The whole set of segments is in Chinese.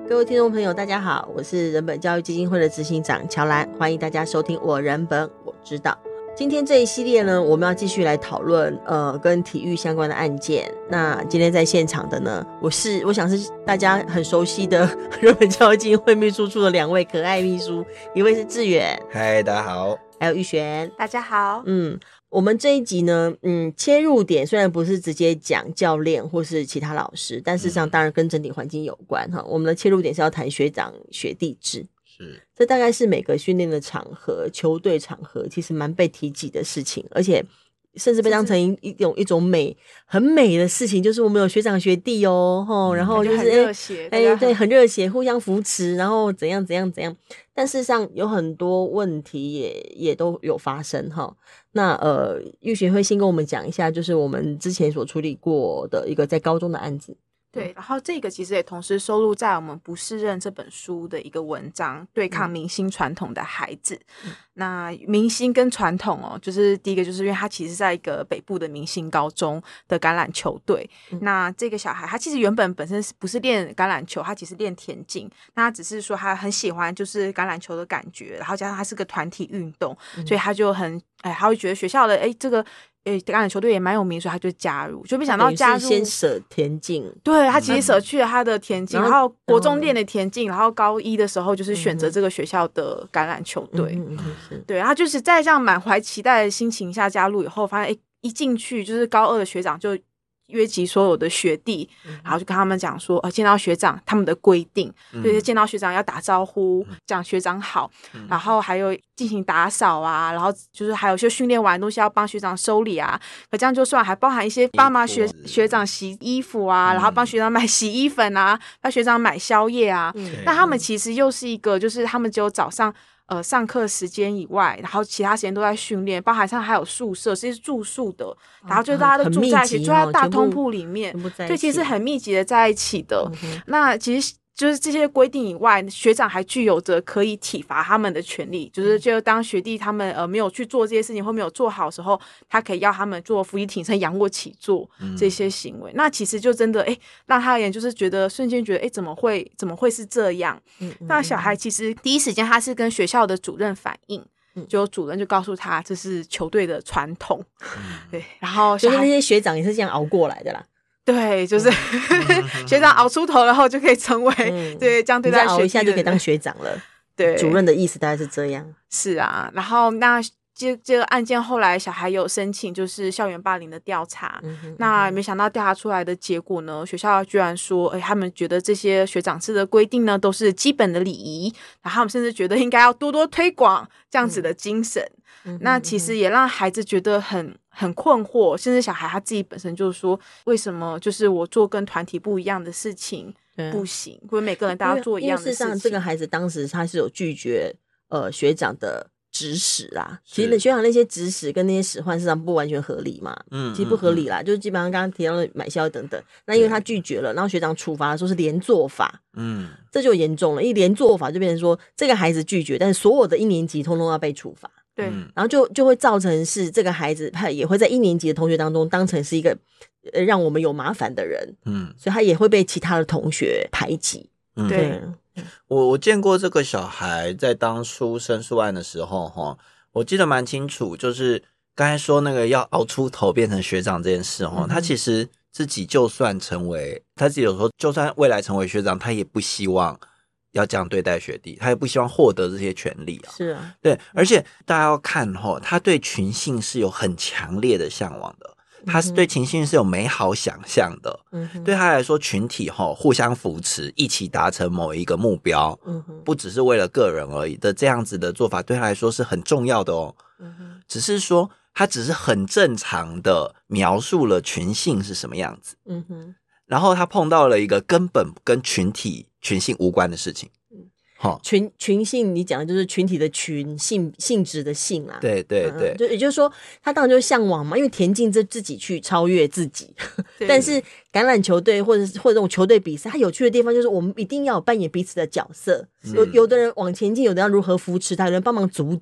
各位听众朋友大家好，我是人本教育基金会的执行长乔兰，欢迎大家收听我人本我知道。今天这一系列呢，我们要继续来讨论跟体育相关的案件。那今天在现场的呢，我想是大家很熟悉的人本教育基金会秘书处的两位可爱秘书，一位是志远， 嗨，大家好， 还有玉璇， 大家好。 我们这一集呢，切入点虽然不是直接讲教练或是其他老师，但事实上当然跟整体环境有关哈。我们的切入点是要谈学长学弟制，是这大概是每个训练的场合、球队场合其实蛮被提及的事情，而且甚至被当成一种很美的事情，就是我们有学长学弟哦，然后就是很热血， 对，很热血，互相扶持，然后怎样怎样怎样。但事实上有很多问题也都有发生哈。那玉璇会先跟我们讲一下，就是我们之前所处理过的一个在高中的案子。 对，然后这个其实也同时收录在我们《不适任》这本书的一个文章，对抗明星传统的孩子。那明星跟传统就是第一个，就是因为他其实在一个北部的明星高中的橄榄球队。那这个小孩他其实本身不是练橄榄球，他其实练田径。那他只是说他很喜欢就是橄榄球的感觉，然后加上他是个团体运动，所以他就他会觉得学校的这个橄榄球队也蛮有名，所以他就加入，就没想到加入先舍田径， 对，他其实舍去了他的田径，然后国中练的田径，然后高一的时候就是选择这个学校的橄榄球队，对，他就是在这样满怀期待的心情下加入以后，发现一进去就是高二的学长就约集所有的学弟，然后就跟他们讲说见到学长他们的规定，就是见到学长要打招呼，讲学长好，然后还有进行打扫啊，然后就是还有一些训练完的东西要帮学长收礼啊，可这样就算，还包含一些帮忙学长洗衣服啊，然后帮学长买洗衣粉啊，帮学长买宵夜啊。那他们其实又是一个，就是他们只有早上上课时间以外，然后其他时间都在训练，包含上还有宿舍是住宿的，然后就大家都住在一起，住在大通铺里面，对，其实很密集的在一起的。那其实就是这些规定以外，学长还具有着可以体罚他们的权利，就当学弟他们没有去做这些事情或没有做好的时候，他可以要他们做伏地挺身、仰卧起坐这些行为。那其实就真的让他而言就是瞬间觉得怎么会是这样？那小孩其实第一时间他是跟学校的主任反映。就主任就告诉他这是球队的传统，对，然后就是那些学长也是这样熬过来的啦。 对，就是学长熬出头，然后就可以成为对这样对待学弟的人， 你再熬一下就可以当学长了。 对， 主任的意思大概是这样。 是啊，然后那这个案件后来小孩有申请就是校园霸凌的调查，那没想到调查出来的结果呢，学校居然说他们觉得这些学长制的规定呢都是基本的礼仪，然后他们甚至觉得应该要多多推广这样子的精神。那其实也让孩子觉得很困惑，甚至小孩他自己本身就是说，为什么就是我做跟团体不一样的事情不行，或者每个人都要做一样的事情。 事实上这个孩子当时他是有拒绝学长的指使啦，其实学长那些指使跟那些使唤事实上不完全合理嘛，其实不合理啦，就是基本上刚刚提到的买宵夜等等，那因为他拒绝了，然后学长处罚的时候是连坐法，这就严重了，一连坐法就变成说这个孩子拒绝，但是所有的一年级通通要被处罚， 对， 然后就会造成是这个孩子他也会在一年级的同学当中当成是一个让我们有麻烦的人，所以他也会被其他的同学排挤， 对。 我见过这个小孩在当初申诉案的时候我记得蛮清楚，就是刚才说那个要熬出头变成学长这件事他其实自己就算成为他自己有时候就算未来成为学长，他也不希望要这样对待学弟，他也不希望获得这些权利啊。 是啊， 对，而且大家要看他对群性是有很强烈的向往的。他是对情绪是有美好想象的，对他来说群体互相扶持一起达成某一个目标，不只是为了个人而已的这样子的做法对他来说是很重要的只是说他只是很正常的描述了群性是什么样子，然后他碰到了一个根本跟群性无关的事情， 群性你讲的就是群体的群，性质的性啦， 对对对， 就也就是说他当然就是向往嘛，因为田径自己去超越自己但是橄榄球队或者这种球队比赛，它有趣的地方就是我们一定要有扮演彼此的角色，有的人往前进，有的人要如何扶持他，有人帮忙阻挡，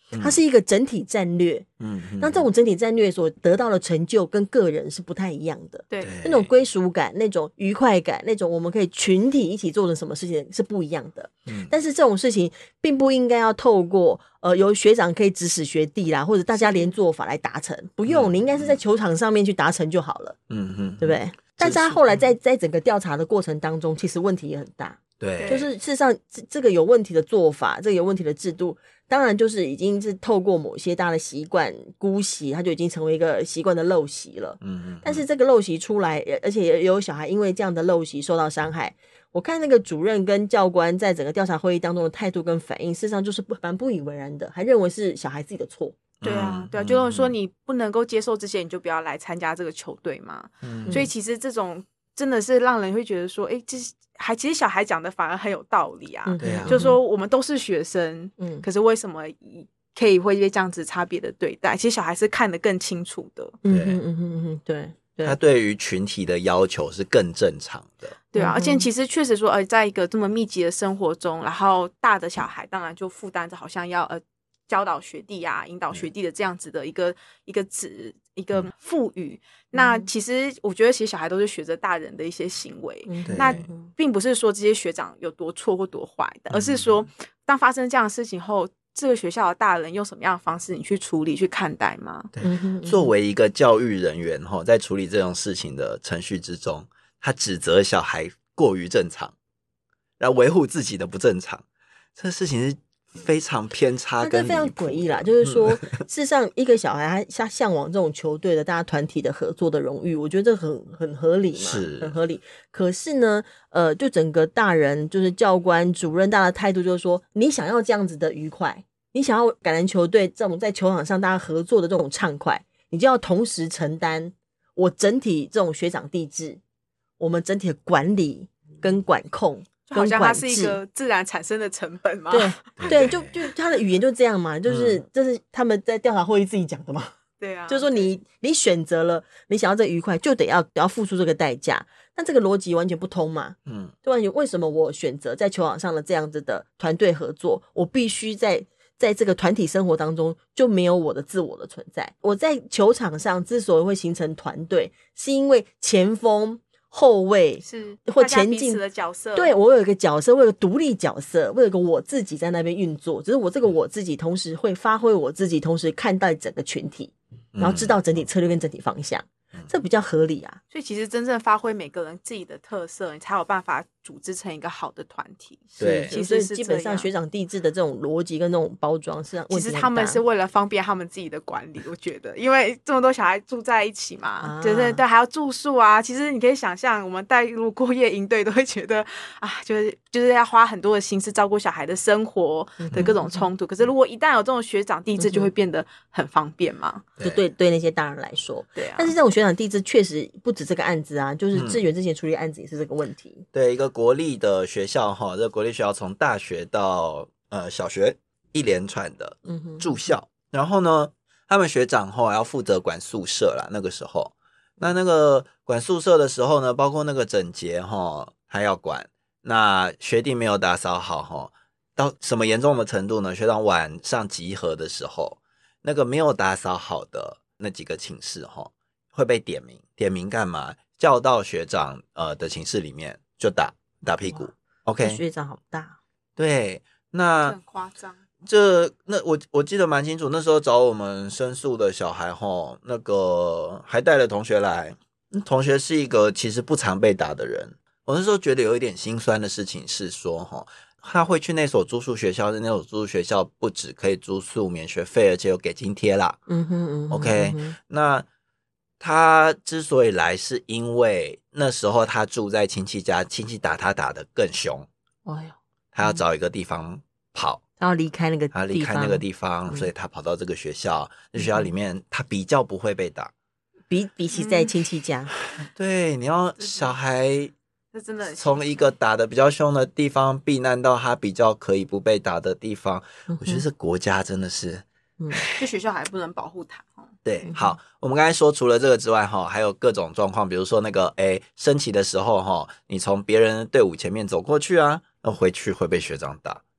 它是一个整体战略。那这种整体战略所得到的成就跟个人是不太一样的。 对， 那种归属感、那种愉快感、那种我们可以群体一起做的什么事情是不一样的。但是这种事情并不应该要透过由学长可以指使学弟啦，或者大家连做法来达成，不用，你应该是在球场上面去达成就好了。对不对？但是他后来在整个调查的过程当中，其实问题也很大。 对， 就是事实上这个有问题的做法，这个有问题的制度，当然就是已经是透过某些大家的习惯姑息，它就已经成为一个习惯的陋习了。但是这个陋习出来，而且也有小孩因为这样的陋习受到伤害。我看那个主任跟教官在整个调查会议当中的态度跟反应，事实上就是蛮不以为然的，还认为是小孩自己的错。 对啊，就是说你不能够接受这些，你就不要来参加这个球队嘛。所以其实这种真的是让人会觉得说，其实小孩讲的反而很有道理啊。就是说我们都是学生，可是为什么可以会被这样子差别的对待？其实小孩是看得更清楚的。 对。 他对于群体的要求是更正常的。 对啊，而且其实确实说，在一个这么密集的生活中，然后大的小孩当然就负担着好像要教导学弟啊，引导学弟的这样子的一个赋予。那其实我觉得，其实小孩都是学着大人的一些行为。那并不是说这些学长有多错或多坏的，而是说，当发生这样的事情后，这个学校的大人用什么样的方式你去处理、去看待吗？ 对，作为一个教育人员在处理这种事情的程序之中，他指责小孩过于正常，然后维护自己的不正常，这事情是非常偏差跟非常诡异啦。就是说事实上一个小孩他向往这种球队的大家团体的合作的荣誉，我觉得这很合理嘛，是很合理。可是呢就整个大人就是教官主任大家的态度就是说，你想要这样子的愉快，你想要橄榄球队这种在球场上大家合作的这种畅快，你就要同时承担我整体这种学长弟制，我们整体的管理跟管控， 就好像它是一个自然产生的成本嘛。 对，就他的语言就这样嘛，就是这是他们在调查会议自己讲的嘛。 对啊， 就是说你选择了你想要这个愉快，就得要付出这个代价。那这个逻辑完全不通嘛。就完全为什么我选择在球场上的这样子的团队合作，我必须在这个团体生活当中就没有我的自我的存在。我在球场上之所以会形成团队，是因为前锋后卫是或前进的角色， 对，我有一个角色，我有一个独立角色，我有一个我自己在那边运作，只是我这个我自己同时会发挥我自己，同时看待整个群体，然后知道整体策略跟整体方向，这比较合理啊。 所以其实真正发挥每个人自己的特色，你才有办法组织成一个好的团体。 对， 其实基本上学长弟制的这种逻辑跟这种包装是问题很大。 其实他们是为了方便他们自己的管理，我觉得，因为这么多小孩住在一起嘛，对，还要住宿啊。其实你可以想象，我们带入过夜营队都会觉得啊，就是要花很多的心思照顾小孩的生活的各种冲突。可是如果一旦有这种学长弟制，就会变得很方便嘛。 就对那些大人来说， 对啊。 但是这种学长弟制确实不止这个案子啊，就是志远之前处理案子也是这个问题。 对，一个国立的学校这个国立学校从大学到小学一连串的住校，然后呢，他们学长还要负责管宿舍啦。那个时候，那个管宿舍的时候呢，包括那个整洁还要管。那学弟没有打扫好到什么严重的程度呢？学长晚上集合的时候，那个没有打扫好的那几个寝室会被点名干嘛？叫到学长的寝室里面就打屁股。OK， 学长好大。 对，那很夸张。 那我记得蛮清楚，那时候找我们申诉的小孩那个还带了同学来，同学是一个其实不常被打的人。我那时候觉得有一点心酸的事情是说他会去那所住宿学校，那所住宿学校不只可以住宿免学费，而且有给津贴啦。OK， 那他之所以来是因为那时候他住在亲戚家，亲戚打他打得更凶。他要找一个地方跑， 他要离开那个地方，所以他跑到这个学校。这学校里面他比较不会被打， 比起在亲戚家。 对，你要小孩真的从一个打得比较凶的地方避难到他比较可以不被打的地方，我觉得这国家真的是这学校还不能保护他。 对，好，我们刚才说除了这个之外还有各种状况，比如说那个升旗的时候你从别人的队伍前面走过去啊，那回去会被学长打。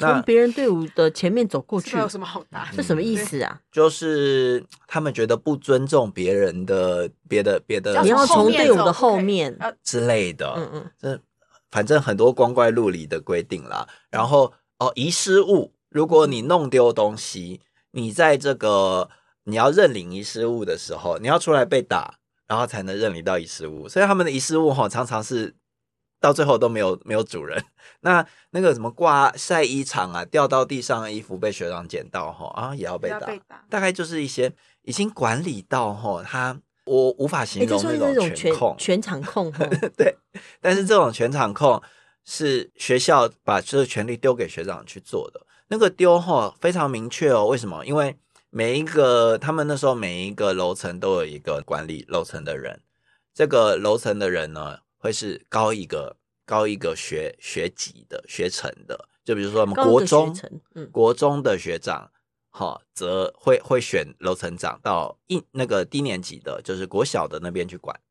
从别人队伍的前面走过去， 有什么好打？ 这什么意思啊？ 就是他们觉得不尊重别人的别的， 你要从队伍的后面之类的。这反正很多光怪陆离的规定啦。然后遗失物，如果你弄丢东西，你在这个你要认领遗失物的时候，你要出来被打，然后才能认领到遗失物。所以他们的遗失物常常是到最后都没有主人。那个什么挂晒衣场啊，掉到地上的衣服被学长捡到也要被打。大概就是一些已经管理到我无法形容那种全控全场控对，但是这种全场控是学校把这个权利丢给学长去做的。那个丢非常明确为什么？因为他们那时候每一个楼层都有一个管理楼层的人，这个楼层的人呢会是高一个学级的学程的，就比如说我们国中的学长则会选楼层长到那个低年级的，就是国小的那边去管。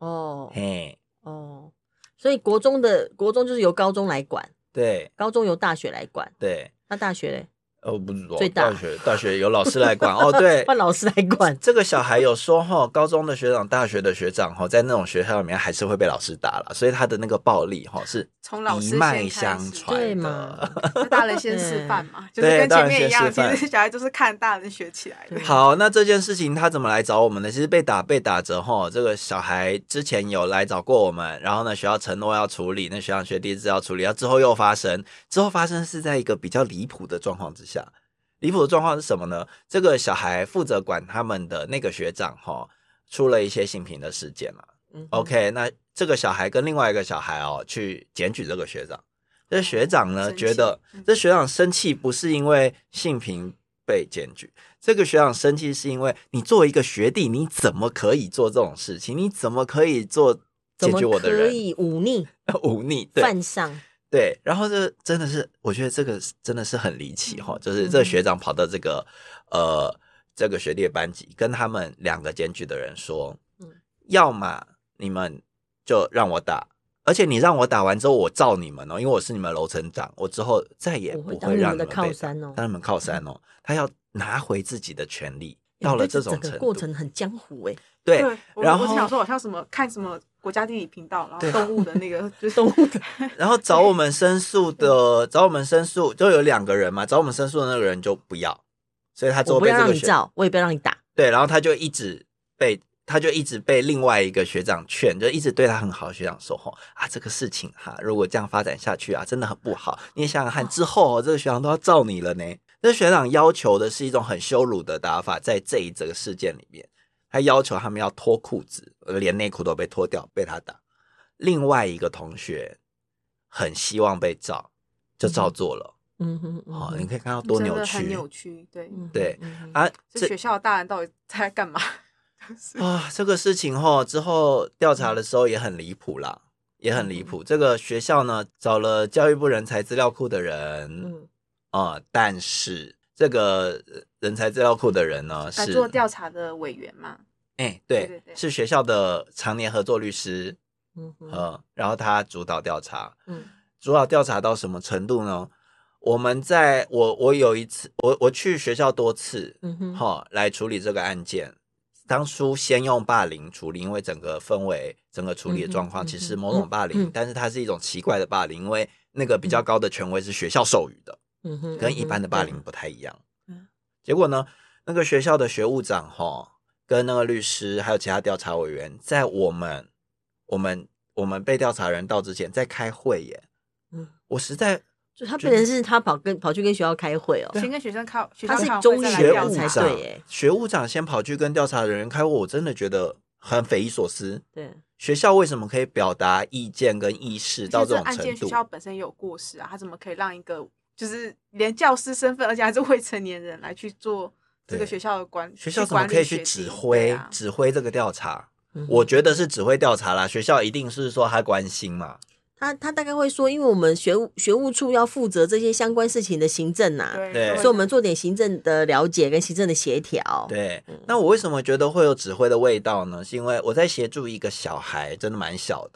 所以国中就是由高中来管， 对， 高中由大学来管， 对， 那大学嘞？ 不知道， 最大大学有老师来管对， 换老师来管。 这个小孩有说高中的学长、大学的学长在那种学校里面还是会被老师打了，所以他的那个暴力是从老师一脉相传的， 对嘛？ 大人先示范嘛，就是跟前面一样，其实小孩就是看大人学起来的。 好，那这件事情他怎么来找我们呢？其实被打着这个小孩之前有来找过我们，然后呢学校承诺要处理，那学长学弟制要处理，之后又发生是在一个比较离谱的状况之下。离谱的状况是什么呢？这个小孩负责管他们的那个学长出了一些性平的事件嘛。OK， 那这个小孩跟另外一个小孩去检举这个学长。这学长呢觉得这学长生气不是因为性平被检举，这个学长生气是因为你作为一个学弟，你怎么可以做这种事情？你怎么可以做检举我的人？ 怎么可以忤逆对犯上？ 对，然后这真的是，我觉得这个真的是很离奇就是这个学长跑到这个学弟的班级，跟他们两个检举的人说，要么你们就让我打，而且你让我打完之后，我罩你们因为我是你们楼层长，我之后再也不会让你们被打，当你们靠山他要拿回自己的权利，到了这种程度， 整个过程很江湖对，然后我想说，好像看什么国家地理频道，然后动物的那个就是动物的， 然后找我们申诉就有2个人嘛，找我们申诉的那个人就不要，所以他之后被这个我不要让你照，我也不要让你打。 对，然后他就一直被另外一个学长劝，就一直对他很好的学长说这个事情如果这样发展下去真的很不好，你也想想看之后这个学长都要罩你了呢。这学长要求的是一种很羞辱的打法，在这个事件里面他要求他们要脱裤子，连内裤都被脱掉，被他打。另外一个同学很希望被照，就照做了。你可以看到多扭曲， 很扭曲。 对这学校的大人到底在干嘛？ 这个事情之后调查的时候也很离谱啦，也很离谱。这个学校呢找了教育部人才资料库的人，但是这个人才资料库的人呢是做调查的委员嘛？ 对，是学校的常年合作律师，然后他主导调查，主导调查到什么程度呢？我有一次我去学校多次，来处理这个案件。当初先用霸凌处理，因为整个氛围、整个处理的状况，其实某种霸凌，但是它是一种奇怪的霸凌，因为那个比较高的权威是学校授予的，跟一般的霸凌不太一样。结果呢，那个学校的学务长跟那个律师还有其他调查委员，在我们被调查人到之前在开会耶。我实在就他变成是他跑去跟学校开会先跟学生开， 他是中学务才对耶。 学务长先跑去跟调查人员开会，我真的觉得很匪夷所思。 对， 学校为什么可以表达意见跟意识到这种程度？ 案件学校本身有过失他怎么可以让一个就是连教师身份，而且还是未成年人来去做这个学校的学校怎么可以去指挥这个调查？我觉得是指挥调查啦，学校一定是说他关心嘛。 他大概会说，因为我们学务处要负责这些相关事情的行政对， 所以我们做点行政的了解跟行政的协调。 对，那我为什么觉得会有指挥的味道呢？是因为我在协助一个小孩，真的蛮小的，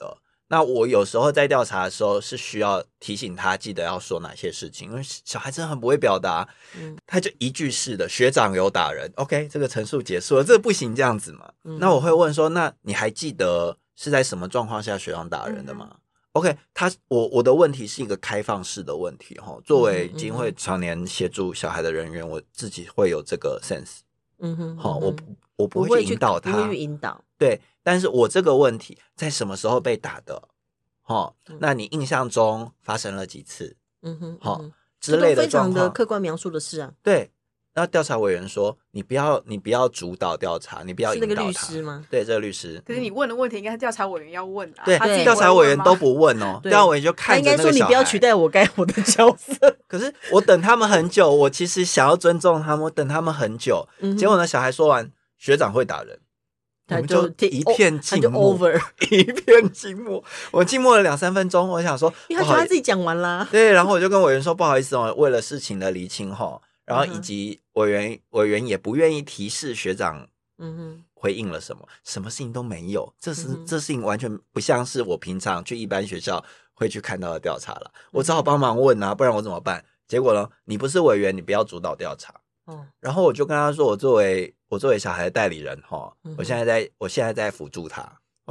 那我有时候在调查的时候是需要提醒他记得要说哪些事情，因为小孩真的很不会表达，他就一句式的学长有打人 OK 这个陈述结束了，这不行这样子嘛。那我会问说，那你还记得是在什么状况下学长打人的吗？OK， 我的问题是一个开放式的问题齁，作为基金会常年协助小孩的人员，我自己会有这个 sense，我不会去引导他， 不会去引导， 对，但是我这个问题在什么时候被打的，那你印象中发生了几次，之类的状况， 非常的客观描述的事啊， 对。那调查委员说，你不要主导调查，你不要引导他。 是那个律师吗？ 对，这个律师。 可是你问的问题应该是调查委员要问的， 对，调查委员都不问哦，调查委员就看着那个小孩。 他应该说你不要取代我的角色。 可是我等他们很久，我其实想要尊重他们，我等他们很久，结果呢，小孩说完学长会打人，我们就一片静默，一片静默。我静默了2-3分钟，我想说， 因为他自己讲完啦。 对，然后我就跟委员说，不好意思哦，为了事情的厘清齁。然后以及委员也不愿意提示学长回应了什么，什么事情都没有，这事情完全不像是我平常去一般学校会去看到的调查了，我只好帮忙问啊，不然我怎么办？结果呢，你不是委员，你不要主导调查。然后我就跟他说，我作为小孩的代理人我现在在辅助他，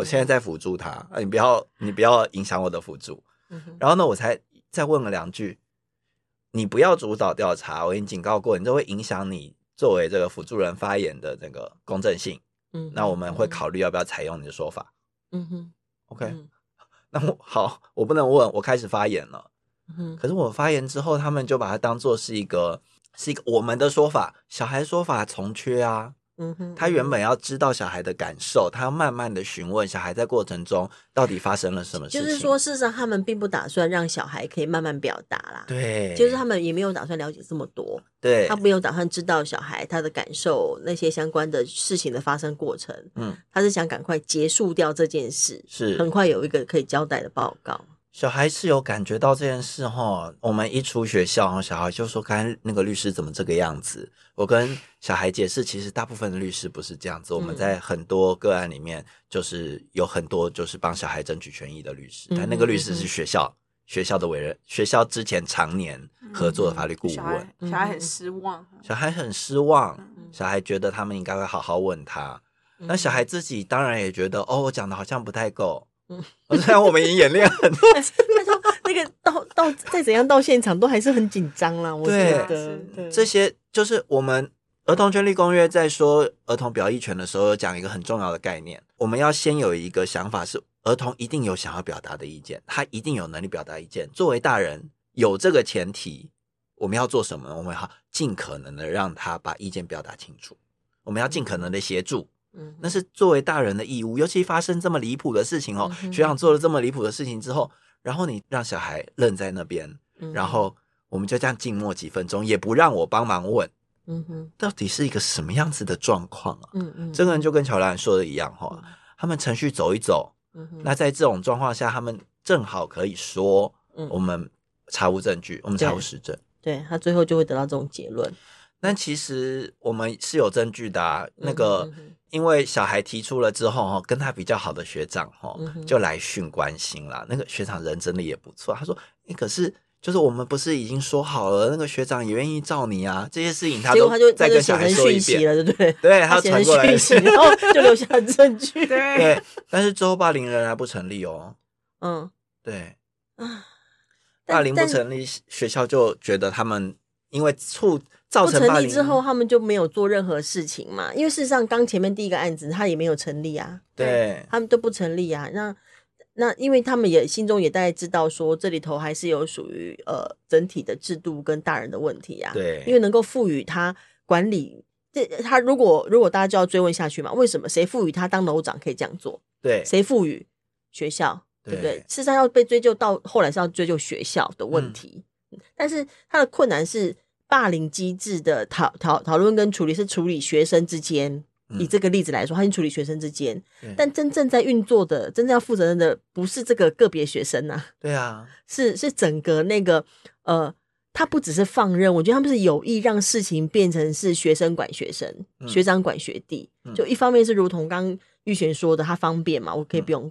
你不要影响我的辅助。然后呢，我才再问了2句。你不要主导调查，我已经警告过你，这会影响你作为这个辅助人发言的这个公正性。那我们会考虑要不要采用你的说法。OK，那我不能问，我开始发言了。可是我发言之后，他们就把它当作是一个我们的说法，小孩说法从缺啊。他原本要知道小孩的感受，他要慢慢的询问小孩在过程中到底发生了什么事情。 就是说，事实上他们并不打算让小孩可以慢慢表达啦。 对， 就是他们也没有打算了解这么多。 对， 他没有打算知道小孩他的感受，那些相关的事情的发生过程。他是想赶快结束掉这件事，是很快有一个可以交代的报告。 小孩是有感觉到这件事我们一出学校小孩就说刚才那个律师怎么这个样子，我跟小孩解释其实大部分的律师不是这样子，我们在很多个案里面就是有很多就是帮小孩争取权益的律师，但那个律师是学校的委任，学校之前常年合作的法律顾问。 小孩很失望， 小孩觉得他们应该会好好问他，那小孩自己当然也觉得我讲的好像不太够。虽然我们已经演练很多次， 那个到再怎样到现场都还是很紧张啦。我觉得这些就是我们儿童权利公约在说儿童表意权的时候，有讲一个很重要的概念，我们要先有一个想法是，儿童一定有想要表达的意见，他一定有能力表达意见。作为大人有这个前提，我们要做什么呢？我们要尽可能的让他把意见表达清楚，我们要尽可能的协助。那是作为大人的义务，尤其发生这么离谱的事情学长做了这么离谱的事情之后，然后你让小孩愣在那边，然后我们就这样静默几分钟，也不让我帮忙问，到底是一个什么样子的状况啊？这个人就跟乔兰说的一样他们程序走一走，那在这种状况下，他们正好可以说我们查无证据，我们查无实证， 对，他最后就会得到这种结论。 但其实我们是有证据的那个因为小孩提出了之后跟他比较好的学长就来训关心啦，那个学长人真的也不错，他说可是就是我们不是已经说好了，那个学长也愿意照你啊，这些事情他都再跟小孩说一遍了，对不对？ 对，他传过来然后就留下证据。 对，但是之后霸凌仍然不成立对霸凌不成立，学校就觉得他们因为造成不成立之后，他们就没有做任何事情嘛。因为事实上，刚前面第一个案子，他也没有成立啊。 对， 他们都不成立啊。那因为他们也心中也大概知道说，这里头还是有属于整体的制度跟大人的问题啊。 对， 因为能够赋予他管理，他如果大家就要追问下去嘛，为什么谁赋予他当楼长可以这样做？ 对， 谁赋予学校？对不对？事实上要被追究到后来是要追究学校的问题。但是他的困难是。霸凌机制的讨论跟处理是处理学生之间，以这个例子来说，他已经处理学生之间，但真正在运作的、真正要负责任的，不是这个个别学生啊。 对啊， 是整个那个他不只是放任，我觉得他们是有意让事情变成是学生管学生，学长管学弟。就一方面是如同刚玉璇说的，他方便嘛，我可以不用管。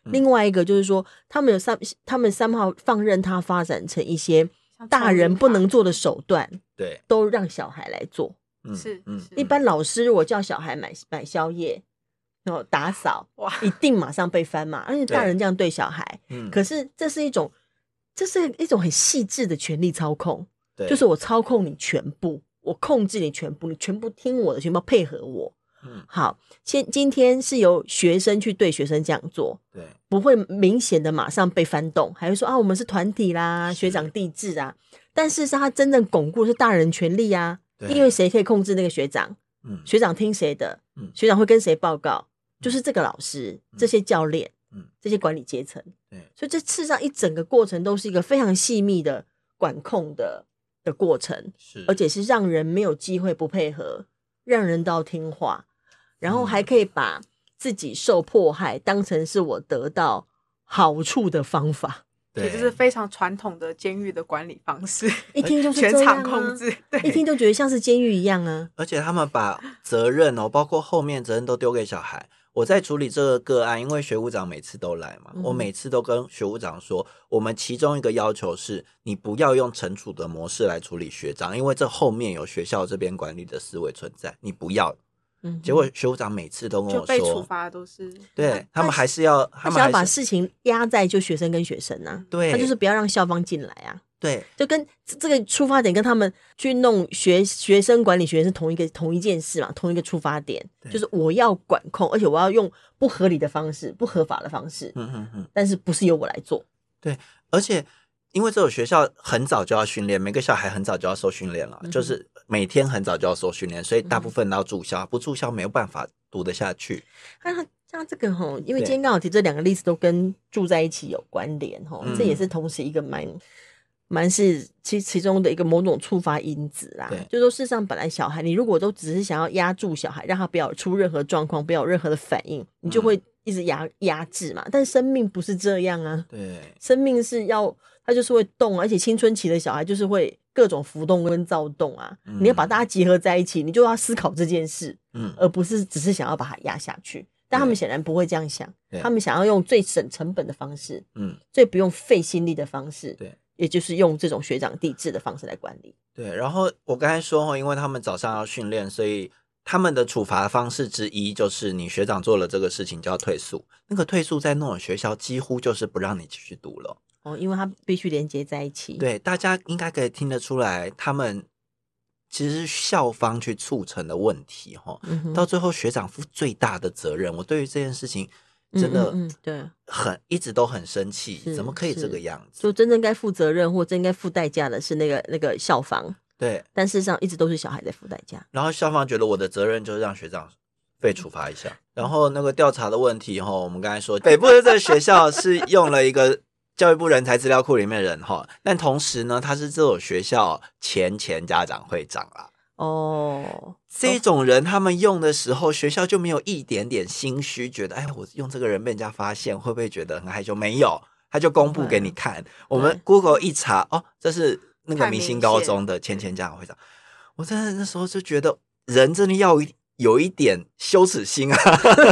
另外一个就是说，他们3号放任他发展成一些大人不能做的手段， 对， 都让小孩来做。 是， 一般老师如果叫小孩买宵夜，打扫，一定马上被翻嘛。而且大人这样对小孩，可是这是一种很细致的权力操控，就是我操控你全部，我控制你全部，你全部听我的，全部配合我。好，今天是由学生去对学生这样做，对，不会明显的马上被翻动，还会说啊，我们是团体啦，学长弟制啊。但事实上，他真正巩固的是大人权利啊，因为谁可以控制那个学长？学长听谁的？学长会跟谁报告？就是这个老师、这些教练、这些管理阶层。所以这事实上一整个过程都是一个非常细密的管控的过程，而且是让人没有机会不配合，让人都要听话。然后还可以把自己受迫害当成是我得到好处的方法， 对，这是非常传统的监狱的管理方式， 一听就是这样啊， 全场控制，对， 一听就觉得像是监狱一样啊。 而且他们把责任包括后面责任都丢给小孩。我在处理这个个案，因为学务长每次都来嘛，我每次都跟学务长说，我们其中一个要求是你不要用惩处的模式来处理学长，因为这后面有学校这边管理的思维存在，你不要。结果学务长每次都跟我说， 就被处罚都是对他们还是要把事情压在就学生跟学生啊，对，他就是不要让校方进来啊， 对， 就跟这个出发点跟他们去弄学生管理学生是同一件事嘛，同一个出发点，就是我要管控，而且我要用不合理的方式、不合法的方式，但是不是由我来做， 对，而且。因为这种学校很早就要训练，每个小孩很早就要受训练了，就是每天很早就要受训练，所以大部分都要住校，不住校没有办法读得下去。 像这个因为今天刚好提这两个例子都跟住在一起有关联这也是同时一个蛮是其中的一个某种触发因子啦。就是说事实上本来小孩你如果都只是想要压住小孩，让他不要出任何状况，不要有任何的反应，你就会一直压制嘛。但生命不是这样啊，对，生命是要他就是会动，而且青春期的小孩就是会各种浮动跟躁动啊。你要把大家结合在一起，你就要思考这件事，而不是只是想要把它压下去。但他们显然不会这样想，他们想要用最省成本的方式，最不用费心力的方式，对，也就是用这种学长弟制的方式来管理。 对，然后我刚才说因为他们早上要训练，所以他们的处罚方式之一就是你学长做了这个事情就要退宿。那个退宿在那种学校几乎就是不让你继续读了。 因为它必须连接在一起。 对，大家应该可以听得出来，他们其实是校方去促成的问题到最后学长负最大的责任。我对于这件事情真的对一直都很生气，怎么可以这个样子？ 就真正该负责任或真该付代价的是那个校方。 对， 但事实上一直都是小孩在付代价。 然后校方觉得我的责任就是让学长被处罚一下。然后那个调查的问题我们刚才说北部的这个学校是用了一个教育部人才资料库里面的人但同时呢他是这种学校前家长会长啦。这种人他们用的时候学校就没有一点点心虚，觉得我用这个人被人家发现会不会觉得很害羞？没有，他就公布给你看。我们 Google 一查这是那个明星高中的前家长会长。我真的那时候就觉得人真的要有一点羞耻心啊。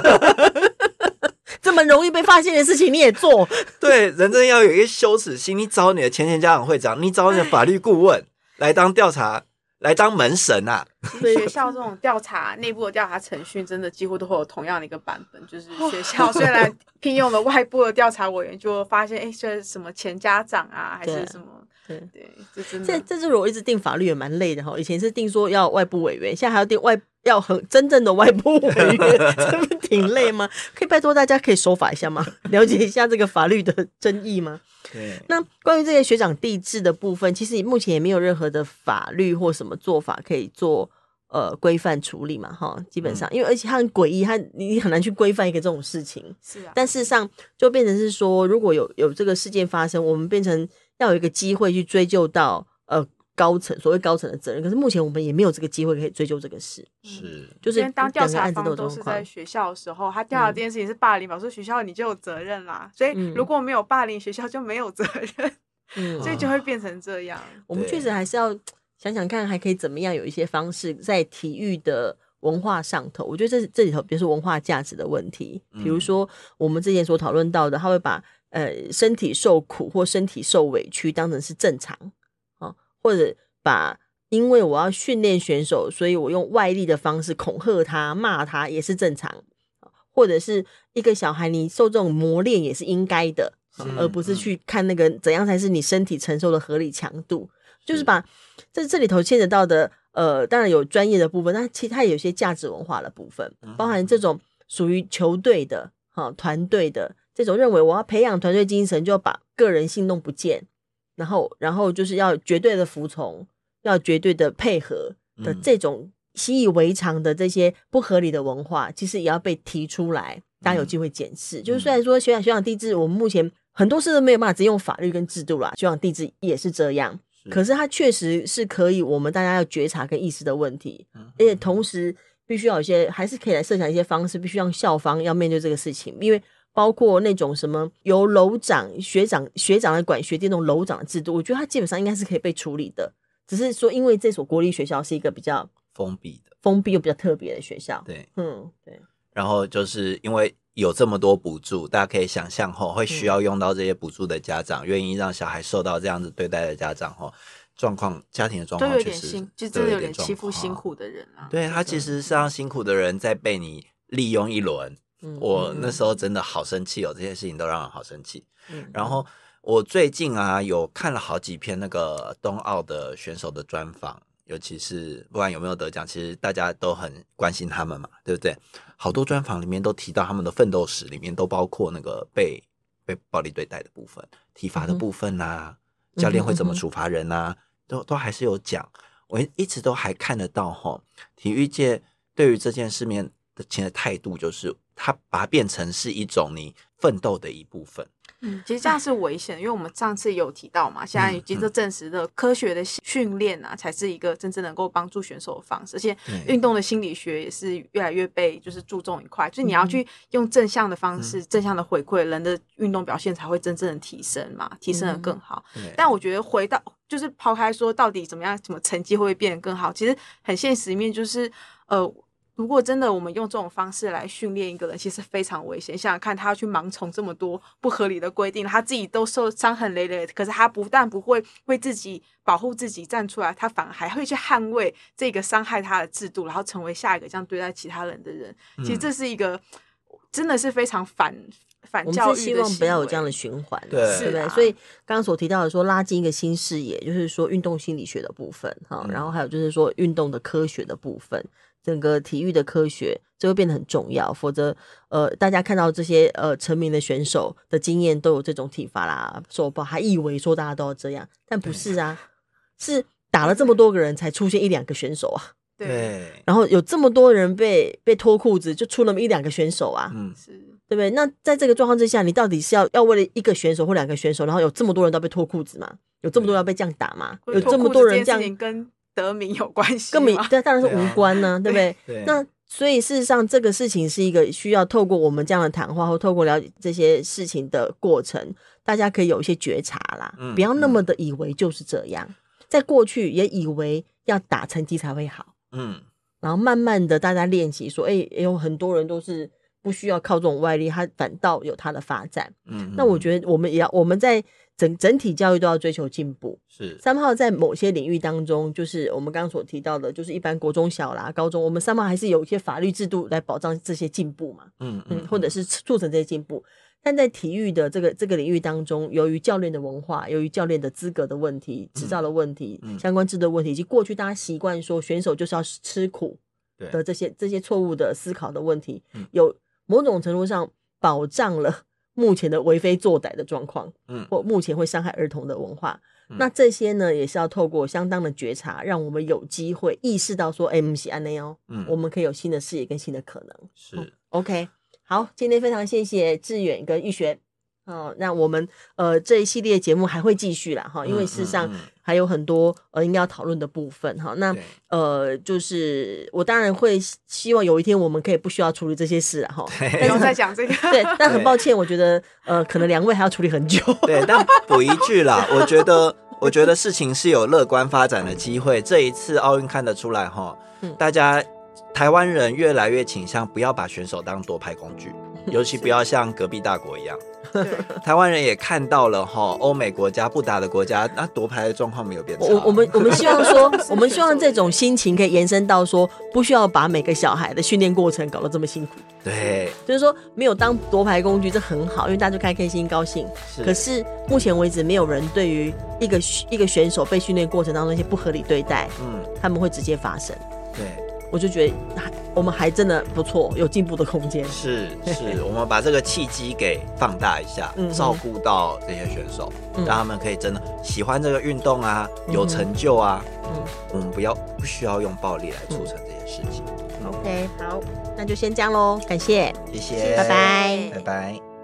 这么容易被发现的事情你也做？ 对，人真的要有一个羞耻心。你找你的前家长会长，你找你的法律顾问来当调查，来当门神啊。 学校这种调查内部的调查程序真的几乎都会有同样的一个版本，就是学校虽然聘用了外部的调查委员，就发现这什么前家长啊还是什么。对，这真的这就是我一直定法律也蛮累的以前是定说要外部委员，现在还要定要很真正的外部委员，这不挺累吗？可以拜托大家可以守法一下吗？了解一下这个法律的争议吗？对。那关于这些学长弟制的部分，其实目前也没有任何的法律或什么做法可以做规范处理嘛基本上因为而且它很诡异，你很难去规范一个这种事情。 是啊。 但事实上就变成是说，如果有这个事件发生，我们变成要有一个机会去追究到高层，所谓高层的责任。可是目前我们也没有这个机会可以追究这个事。 是， 就是当调查方都是在学校的时候，他调查这件事情是霸凌，表示学校你就有责任啦。所以如果没有霸凌，学校就没有责任。所以就会变成这样。 我们确实还是要想想看，还可以怎么样有一些方式在体育的文化上头，我觉得这里头比如说文化价值的问题，比如说我们之前所讨论到的，他会把身体受苦或身体受委屈当成是正常，或者把因为我要训练选手，所以我用外力的方式恐吓他骂他也是正常，或者是一个小孩你受这种磨练也是应该的，而不是去看那个怎样才是你身体承受的合理强度，就是把这里头牵扯到的当然有专业的部分，但其实它也有些价值文化的部分，包含这种属于球队的团队的这种认为我要培养团队精神，就要把个人性弄不见，然后就是要绝对的服从，要绝对的配合的这种习以为常的这些不合理的文化，其实也要被提出来，大家有机会检视。就是虽然说学长帝制我们目前很多事都没有办法直接用法律跟制度啦，学长帝制也是这样，可是它确实是可以我们大家要觉察跟意识的问题，而且同时必须要有一些还是可以来设想一些方式，必须让校方要面对这个事情，因为包括那种什么由楼长学长来管学弟那种楼长的制度，我觉得它基本上应该是可以被处理的，只是说因为这所国立学校是一个比较封闭又比较特别的学校， 对， 对。 然后就是因为有这么多补助，大家可以想象会需要用到这些补助的家长，愿意让小孩受到这样子对待的家长家庭的状况确实就真的有点欺负辛苦的人啊。 对，他其实是让辛苦的人在被你利用一轮。我那时候真的好生气这些事情都让人好生气。然后我最近有看了好几篇那个冬奥的选手的专访，尤其是不管有没有得奖，其实大家都很关心他们嘛，对不对？好多专访里面都提到他们的奋斗史，里面都包括那个被暴力对待的部分，体罚的部分教练会怎么处罚人都还是有讲。我一直都还看得到体育界对于这件事面的态度，就是他把它变成是一种你奋斗的一部分。 其实这样是危险的，因为我们上次有提到嘛，现在已经都证实了科学的训练才是一个真正能够帮助选手的方式，而且运动的心理学也是越来越被就是注重一块，就是你要去用正向的方式、正向的回馈，人的运动表现才会真正的提升嘛，提升的更好。但我觉得回到就是抛开说到底怎么样，什么成绩会不会变得更好，其实很现实一面就是如果真的我们用这种方式来训练一个人，其实非常危险。想想看，他要去盲从这么多不合理的规定，他自己都受伤痕累累，可是他不但不会为自己保护自己站出来，他反而还会去捍卫这个伤害他的制度，然后成为下一个这样对待其他人的人。其实这是一个真的是非常反教育的行为。我们是希望不要有这样的循环， 对不对？所以刚刚所提到的说拉近一个新视野，就是说运动心理学的部分然后还有就是说运动的科学的部分，整个体育的科学这会变得很重要，否则大家看到这些成名的选手的经验都有这种体罚啦受暴，还以为说大家都要这样，但不是是打了这么多个人才出现1-2个选手对， 然后有这么多人被脱裤子，就出那么1-2个选手是， 对不对？那在这个状况之下，你到底是要为了1个选手或2个选手，然后有这么多人都被脱裤子吗？有这么多人要被这样打吗？有这么多人这样跟得名有关系吗？ 对，当然是无关对不对？ 对， 那所以事实上这个事情是一个需要透过我们这样的谈话或透过了解这些事情的过程，大家可以有一些觉察啦，不要那么的以为就是这样，在过去也以为要打成绩才会好，然后慢慢的大家练习说有很多人都是不需要靠这种外力，他反倒有他的发展。那我觉得我们在整体教育都要追求进步。 是三号在某些领域当中，就是我们刚刚所提到的，就是一般国中小啦、高中，我们三号还是有一些法律制度来保障这些进步嘛，或者是促成这些进步。但在体育的这个领域当中，由于教练的文化，由于教练的资格的问题、执照的问题、相关制度的问题，以及过去大家习惯说选手就是要吃苦的这些错误的思考的问题，有某种程度上保障了目前的为非作歹的状况，或目前会伤害儿童的文化。那这些呢，也是要透过相当的觉察，让我们有机会意识到说，不是这样我们可以有新的视野跟新的可能。 是 OK。好，今天非常谢谢志远跟玉璇那我们这一系列节目还会继续啦因为事实上还有很多应该要讨论的部分那就是我当然会希望有一天我们可以不需要处理这些事啦但是在讲这个对，但很抱歉，我觉得可能2位还要处理很久。 对，但补一句啦，我觉得事情是有乐观发展的机会。这一次奥运看得出来大家台湾人越来越倾向不要把选手当夺牌工具，尤其不要像隔壁大国一样。台湾人也看到了欧美国家不打的国家，那夺牌的状况没有变差。 我们希望说，我们希望这种心情可以延伸到说，不需要把每个小孩的训练过程搞得这么辛苦。 对， 就是说没有当夺牌工具，这很好，因为大家就开心高兴。可是目前为止，没有人对于一个选手被训练过程当中一些不合理对待，他们会直接发生。 对， 我就觉得我们还真的不错，有进步的空间。 是，我们把这个契机给放大一下，照顾到这些选手，让他们可以真的喜欢这个运动啊，有成就啊。我们不需要用暴力来促成这件事情。 OK， 好，那就先这样咯，感谢， 谢谢， 拜拜， 拜拜。